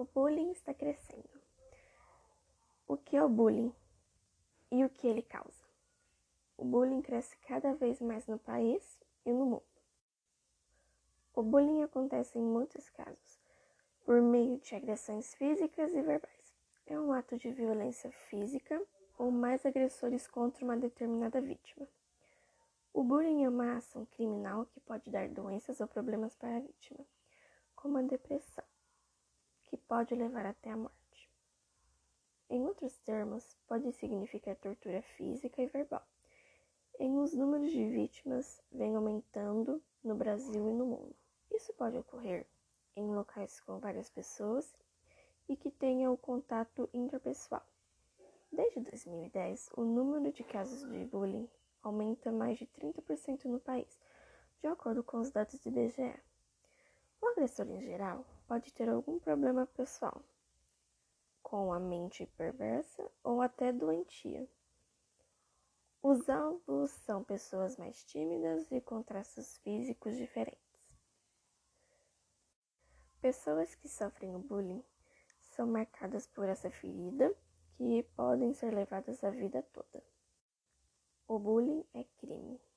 O bullying está crescendo. O que é o bullying e o que ele causa? O bullying cresce cada vez mais no país e no mundo. O bullying acontece em muitos casos, por meio de agressões físicas e verbais. É um ato de violência física ou mais agressores contra uma determinada vítima. O bullying é uma ação criminal que pode dar doenças ou problemas para a vítima, como a depressão, que pode levar até a morte. Em outros termos, pode significar tortura física e verbal. Os números de vítimas vêm aumentando no Brasil e no mundo. Isso pode ocorrer em locais com várias pessoas e que tenham o contato interpessoal. Desde 2010, o número de casos de bullying aumenta mais de 30% no país, de acordo com os dados do IBGE. O agressor, em geral, pode ter algum problema pessoal, com a mente perversa ou até doentia. Os alvos são pessoas mais tímidas e com traços físicos diferentes. Pessoas que sofrem o bullying são marcadas por essa ferida que podem ser levadas a vida toda. O bullying é crime.